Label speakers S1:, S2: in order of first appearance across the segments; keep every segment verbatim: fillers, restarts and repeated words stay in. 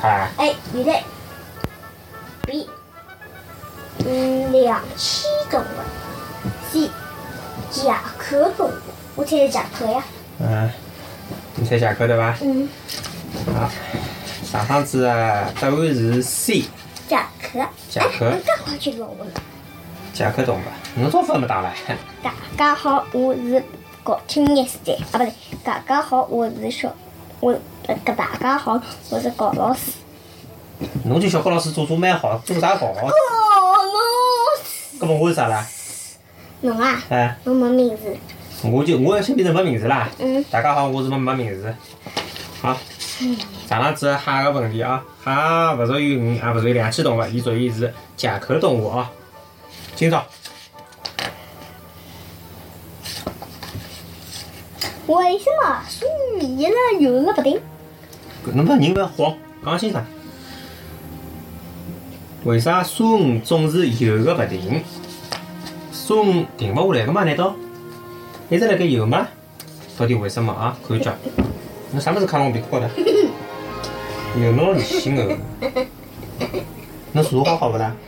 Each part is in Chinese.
S1: 啊。
S2: A 鱼类 ，B 嗯两栖动物 ，C 甲壳动物。我猜甲壳呀。
S1: 嗯，你猜甲壳对吧？
S2: 嗯。
S1: 好，上趟子啊，答案是 C。
S2: 甲壳。
S1: 甲壳。
S2: 哎，刚好去问我了。
S1: 甲壳动物，侬早分没打了。
S2: 大家好，我是高青叶师姐啊，不对，大家好，我是小我呃，大家好，我是高老师。
S1: 侬就小高老师做做蛮好，做啥高？
S2: 高老师。
S1: 搿么我是啥啦？
S2: 侬啊？
S1: 哎。
S2: 侬没名字。
S1: 我就我先变成没名字啦。
S2: 嗯。
S1: 大家好，我是没没名字。好。嗯。上趟子下个问题啊，虾勿属于鱼，也勿属于两栖动物，伊属于是甲壳动物啊。今朝。
S2: 为什么树迷了游个不定？
S1: 侬不人不要慌，讲清爽。为啥孙总是游个不停？孙停勿下来个嘛？难道一直辣盖游吗？到底为什么啊？看叫，侬啥物事卡侬鼻孔高头？有侬理性个，侬数学好好勿啦？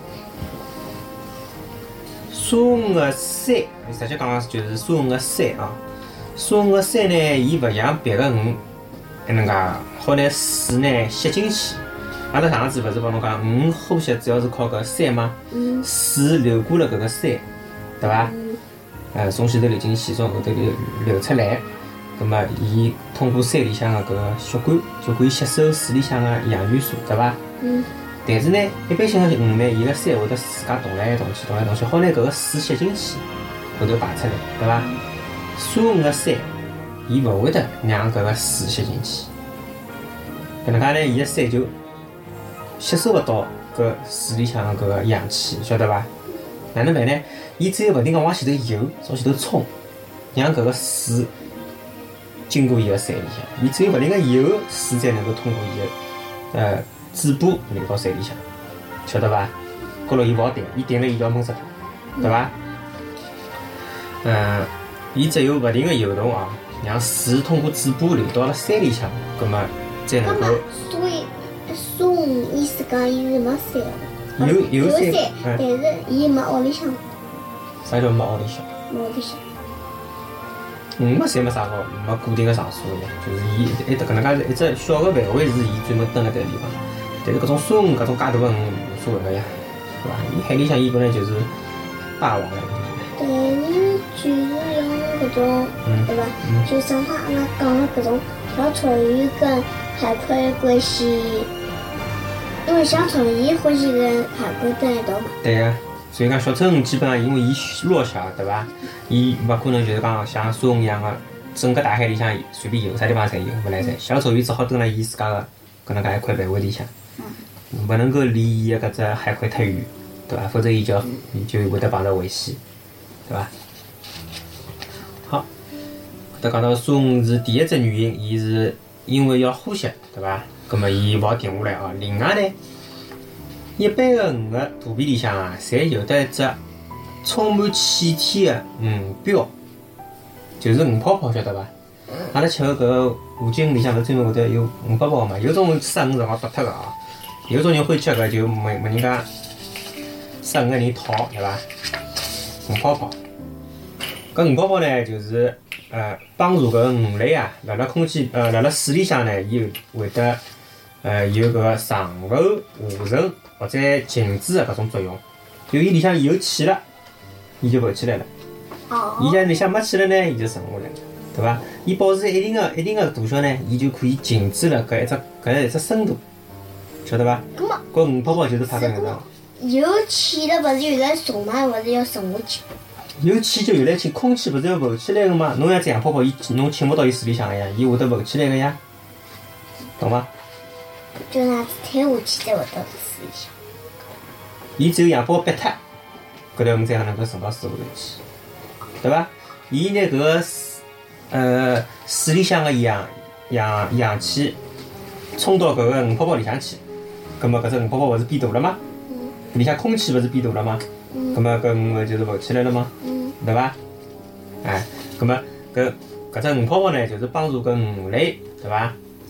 S1: 孙个鳃，实际讲就是孙个鳃啊。孙个鳃呢，伊勿像别个鱼，搿能介好拿水呢吸进去。阿拉上趟子勿是帮侬讲，鱼呼吸主要是靠搿鳃吗？
S2: 嗯。
S1: 水流过了搿个鳃，对伐？嗯。呃，从前头流进去，从后头流流出来，葛末伊通过鳃里向个搿个血管，就可以吸收水里向个氧元素，对伐？嗯。但是呢，一般性个鱼呢，伊个鳃会得自家动来动去，动来动去，好拿搿个水吸进去，后头排出来，对伐？孙鱼个鳃，伊勿会得让搿个水吸进去，搿能介呢，伊个鳃就吸收勿到搿水里向搿个氧气，晓得伐？哪能办呢？伊只有勿停个往前头游，往前头冲，让搿个水经过伊个鳃里向。伊只有勿停个游，水才能够通过伊个呃嘴巴流到水里向，晓得伐？高头伊勿好停，伊停了伊就要闷死脱，对伐？嗯。伊只有勿停个游动啊，让水通过嘴巴流到了鳃里向，葛末才能够。
S2: 所以孙鱼意思讲伊是没鳃的。
S1: 有有
S2: 鳃，但是伊没窝里向。
S1: 啥叫没窝里向？
S2: 没窝里向。
S1: 鱼个鳃没啥个，没固定个场所个，就是伊一搿能介是一只小个范围是伊专门蹲辣搿个地方。但是搿种孙鱼搿种介大个鱼无所谓个呀，对伐？伊海里向伊本来就是霸王了。
S2: 但是就是用搿种，对伐？就上趟阿拉讲了搿种小丑鱼跟海龟关系，因为小丑鱼欢喜跟海龟蹲一道嘛。
S1: 对个，所以讲小丑鱼基本上因为伊弱小，对伐？伊勿可能就是讲像孙鱼一样个整个大海里向随便游，啥地方侪有，勿来塞。小丑鱼只好蹲辣伊自家个搿能介一块范围里向，勿能够离伊个搿只海龟太远，对伐？否则伊就伊就会得碰到危险。对伐？好，搿搭讲到孙鱼是第一只原因，伊是因为要呼吸，对伐？葛末伊勿好停下来哦。另外呢，一般个鱼个肚皮里向啊，侪有得一只充满气体个鱼膘，就是鱼泡泡，晓得伐？阿拉吃个搿个五金里向头专门会得有鱼泡泡嘛。有种杀鱼辰光脱脱个哦，有种人欢喜吃搿就问问人家杀鱼个人讨，对伐？鱼泡泡，搿鱼泡泡呢，就是呃帮助搿鱼类啊，辣辣空气呃辣辣水里向呢，伊会得呃有搿个上浮、下沉或者静止的搿种作用。就伊里向有气了，伊就浮起来了；伊像里向没气了呢，伊就沉下来了，对伐？伊保持一定的一定的大小呢，伊就可以静止了搿一只搿一只深度，晓得伐？搿鱼泡泡就是拍搿能样。
S2: 有气了，勿是有来重嘛，勿是要沉下去。
S1: 有气就有来气，空气勿是要浮起来个嘛？侬像只氧泡泡，伊侬浸勿到伊水里向个呀，伊会得浮起来个呀，懂伐？
S2: 就拿子推下去才会到水里向。
S1: 伊只有氧泡泡逼脱，搿条鱼才能够沉到水下头去，对伐？伊拿搿个呃水里向个氧氧氧气冲到搿个鱼泡泡里向去，葛末搿只鱼泡泡勿是变大了吗？里向空气勿是变大了吗？葛末搿鱼就是浮起来了吗？对伐？哎，葛末搿搿只鱼泡泡呢，就是帮助搿鱼类，对伐？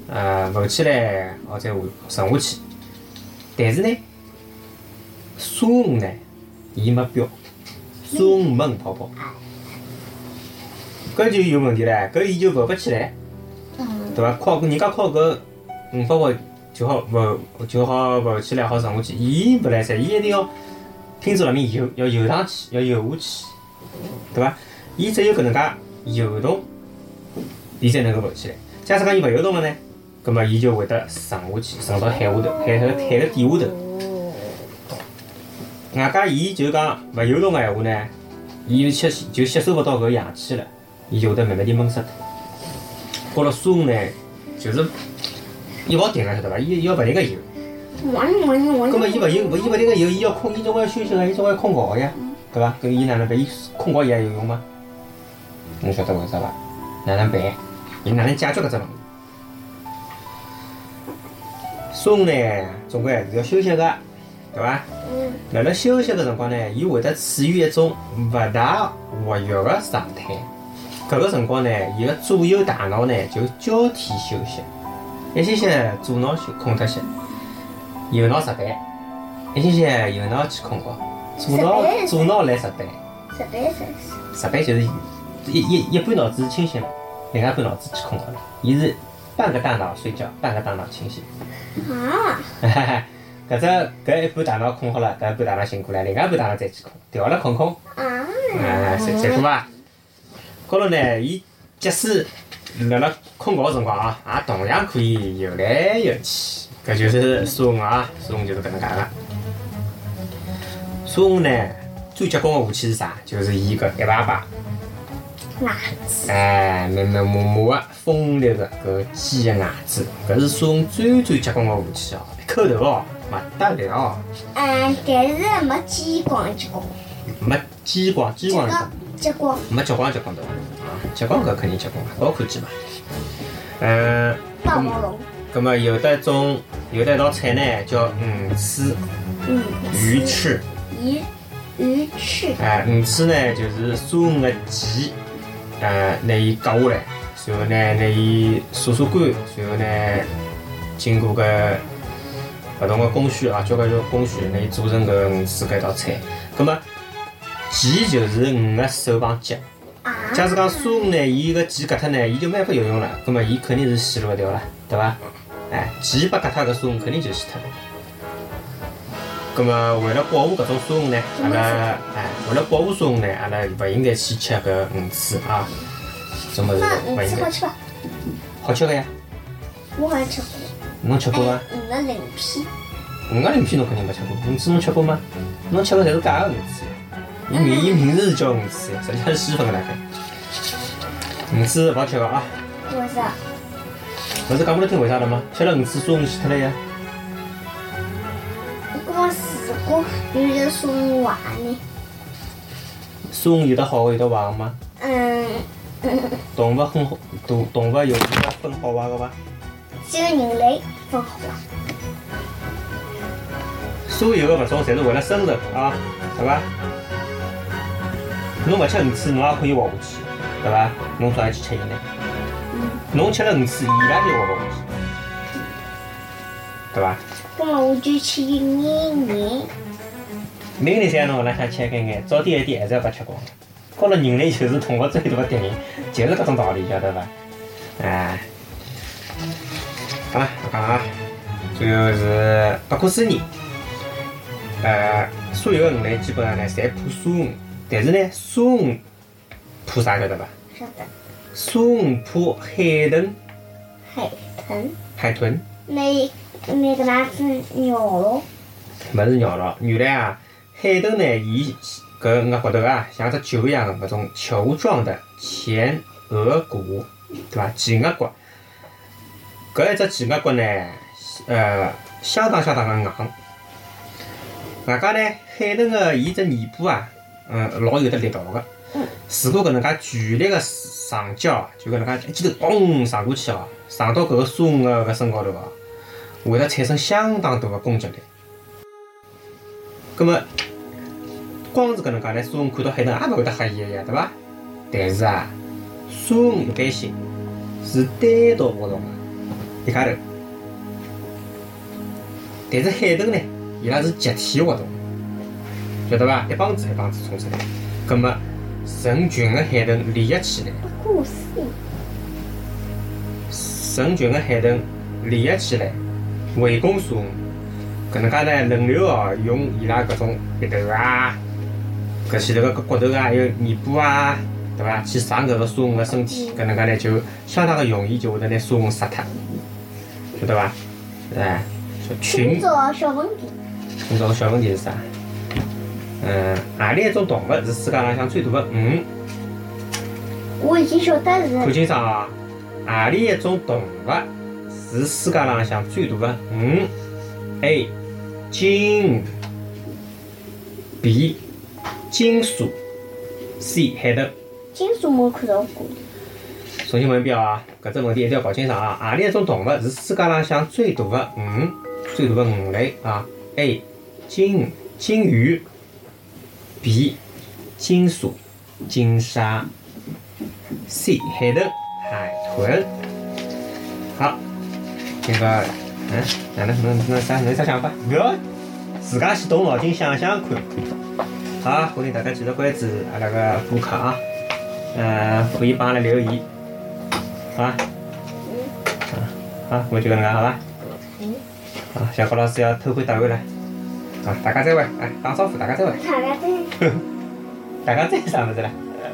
S1: 呃浮起来，后再沉下去。但是呢，孙悟呢，伊没标，孙悟闷泡泡，搿就有问题唻，搿伊就浮不起来，对伐？靠人家靠搿五泡泡就好浮，就好浮起来，好沉下去。伊勿来塞，伊一定要拼住辣面游，要游上去，要游下去，对伐？伊只有搿能介游动，伊才能够浮起来。假使讲伊勿游动了呢，葛末伊就会得沉下去，沉到海下头，海头海个底下头。外加伊就讲勿游动个闲话呢，伊就吸就吸收勿到搿氧气了，伊就会得慢慢地闷死脱。搞了孙悟呢，就是伊勿好停个，晓得伐？伊要勿停个游。葛末伊勿游，伊勿停个游，伊要困，伊总归要休息个，伊总归要困觉个呀，对伐？搿伊哪能办？伊困觉伊也游泳吗？侬晓得为啥伐？哪能办？伊哪能解决搿只问题？孙悟呢，总归还是要休息个，对伐？辣辣休息个辰光呢，伊会得处于一种勿大活跃个状态。搿个辰光呢，伊个左右大脑呢就交替休息，一歇歇左脑休困脱歇，右脑值班；一歇歇右脑去困觉，左脑左脑来值班。
S2: 值班啥？
S1: 值班就是一一一半脑子清醒了，另外一半脑子去困觉了。伊是半个大脑睡觉，半个大脑清醒。
S2: 啊！
S1: 哈哈，搿只搿一半大脑困好了，搿一半大脑醒过来，另外一半大脑再去困，调了困困。
S2: 啊！
S1: 啊，侪侪过伐？高头呢，伊即使辣辣困觉个辰光啊，也同样可以游来游去。搿就是孙悟啊，孙悟就是搿能介个。孙悟呢，最结棍个武器是啥？就是伊搿一排排。
S2: 牙齿。
S1: 哎，密密麻麻个锋利个搿尖个牙齿，搿是孙悟最最结棍个武器哦！一口头哦，勿得了。
S2: 嗯，但是没激光激光。
S1: 没激光，激光是。
S2: 激光。
S1: 没激光激光对伐？啊，激光搿肯定激光，高科技嘛。嗯。
S2: 霸王龙。
S1: 葛末有得一种，有得一道菜呢，叫鱼翅。
S2: 嗯。
S1: 鱼翅。
S2: 鱼鱼翅。
S1: 哎，鱼翅呢就是孙悟个鳍，呃，拿伊割下来，然后呢拿伊晒晒干，然后呢经过搿勿同个工序啊，交关交工序，拿伊做成搿鱼翅搿道菜。葛末鳍就是鱼个手帮脚。假使讲孙悟呢，伊个鳍割脱呢，伊就没法游泳了，葛末伊肯定是死路一条了，对伐？哎，鳍被割脱，搿孙悟肯定就死脱了。葛末为了保护搿种孙悟呢，阿拉哎，为了保护孙悟呢，阿拉勿应该去吃搿鱼翅啊，这么是勿应该。
S2: 好吃伐？
S1: 好吃个呀。
S2: 我好像吃过。
S1: 侬吃过伐？
S2: 鱼个鳞片。
S1: 鱼个鳞片侬肯定没吃过，鱼翅侬吃过吗？侬吃个侪是假个鱼翅。伊名伊名字是叫鱼翅，实际上是西粉个来个。鱼翅勿好吃个啊。
S2: 为啥？
S1: 勿是讲拨侬听为啥了吗？吃了鱼翅孙悟死脱了呀。
S2: 我试过，有点孙悟坏呢。
S1: 孙悟有得好个有得坏个吗？
S2: 嗯。
S1: 动物很好，动动物有分好坏个伐？
S2: 只有人类分好坏。
S1: 所有个物种侪是为了生存啊，对伐？侬勿吃鱼翅，侬也可以活下去，对伐？侬啥去吃伊呢？侬吃了鱼翅，伊拉就活勿下去，对伐？
S2: 那么我就吃一眼眼。
S1: 明日三侬哪想吃眼眼，早点一点还是要把它吃光。告了人类就是动物最大的敌人，就是搿种道理，晓得伐？哎，好了，我讲啊，最后是不可思议。呃，所有的人类基本上呢，侪怕孙悟，但是呢，孙悟怕啥晓得伐？
S2: 晓得。
S1: 孙悟怕海豚。
S2: 海豚。
S1: 海豚。
S2: 那那个哪只鸟咯？
S1: 勿是鸟咯，原来啊，海豚呢，伊搿额骨头啊，像只球一样的搿种球状的前额骨，对伐？前额骨。搿一只前额骨呢，呃，相当相当的硬。外加呢，海豚个伊只尾巴啊，嗯，老有得力道个。如果搿能介巨力个上脚，就搿能介一记头嘣上过去哦，上到搿个孙悟个搿身高头哦，会得产生相当大个攻击力。葛末光是搿能介呢，孙悟看到海豚也勿会得吓伊个呀，对伐？但是啊，孙悟一般性是单独活动个， 一家头。但是海豚呢，伊拉是集体活动，晓得伐？一帮子一帮子冲出来，葛末成群的海豚联合起来。
S2: 故事。
S1: 成群的海豚联合起来围攻沙鱼，搿能介呢轮流哦用伊拉搿种鼻头啊、搿前头个骨头啊，还有尾巴啊，对伐？去伤搿个沙鱼个身体，搿能介呢就相当个容易就会得拿沙鱼杀脱，晓得伐？哎，群。
S2: 今朝小问题。
S1: 今朝小问题是啥？嗯，何里一种动物是世界浪向最大的鱼？
S2: 我已经晓得
S1: 看
S2: 是。
S1: 清爽啊！何里一种动物是世界浪向最大的鱼 ？A. 金鱼 B. 金鲨 C. 海豚。
S2: 金属没看到过。
S1: 重新问一遍啊！搿只问题一定要搞清爽啊！何里一种动物是世界浪向最大的鱼？最大的鱼类啊 ？A. 金鱼、金鱼 B. 金鲨、金鲨 C. 海豚、海豚。好，那个，嗯，哪能能能啥能啥想法？不要自家去动脑筋想想看。好，欢迎大家继续关注阿拉个播客啊，嗯，可以帮阿拉留言，好吧？嗯。好，我就搿能介好吧？
S2: 嗯。
S1: 好，小高老师要偷回答回来。好，大家再会，哎，打招呼，大家再会。
S2: 大家再。
S1: 大家再啥物事啦？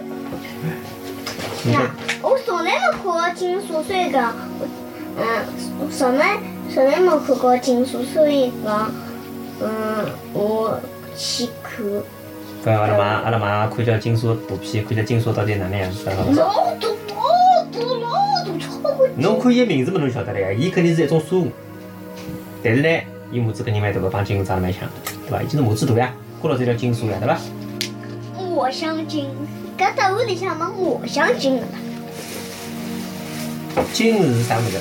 S2: 那我从来没看过金属，所以讲，嗯，从来从来没看过金属，所以讲，嗯，我去看。
S1: 搿阿拉马阿拉马上看叫金属大片，看叫金属到底哪能样子，好伐？
S2: 老大老大老大，超过。
S1: 侬看伊个名字嘛，侬晓得了呀，伊肯定是一种沙鱼，但是呢，伊母子肯定蛮大个，帮金鱼长得蛮像的，对伐？伊就是母子大呀，郭老师叫金鲨呀，对伐？
S2: 我相信，搿答案里向嘛，我相信的。
S1: 金鱼是啥物事？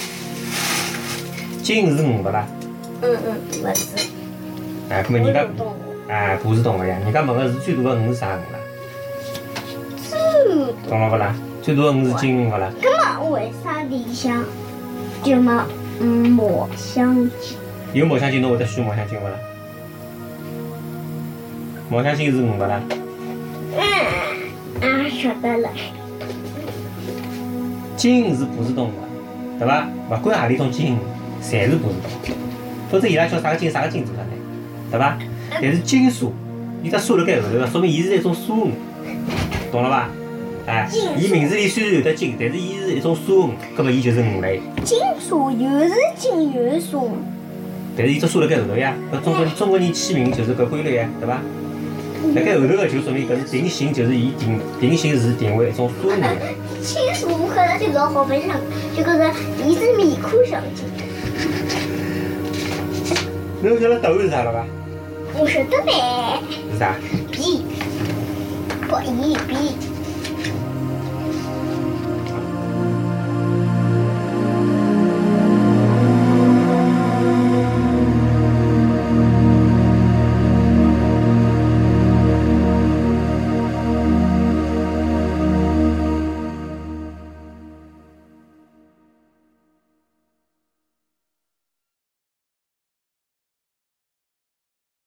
S1: 金鱼是鱼勿啦？
S2: 嗯嗯，勿是。
S1: 哎，搿么人家哎，哺乳动物呀，人家问个是最大个鱼是啥鱼啦？
S2: 最
S1: 懂了勿啦？最大个鱼是金鱼勿啦？
S2: 搿么为啥里向就没嗯墨香精？
S1: 有毛香精，侬会得选毛香精勿啦？毛香精是鱼勿啦？
S2: 嗯，啊，晓得了。
S1: 金鱼是哺乳动物，对伐？勿管何里种金鱼，侪是哺乳动物。否则伊拉叫啥个金啥个金做啥呢？对伐？但是金鲨，伊只鲨辣盖后头个，说明伊是一种鲨鱼，懂了伐？哎，伊名字里虽然有得金，但是伊是一种鲨鱼，葛末伊就是鱼类。
S2: 金鲨又是金又是鲨，
S1: 但是伊只鲨辣盖后头呀，搿中国中国人起名就是搿规律呀，对伐？辣盖后头个就说明搿是定性，就是伊定定性是定为一种鲨鱼。
S2: 金鲨我看上去老好白相，就觉着伊是面孔相近。
S1: 侬晓得答案是啥了伐？
S2: 我晓得呗。
S1: 是啥
S2: B，不 E B。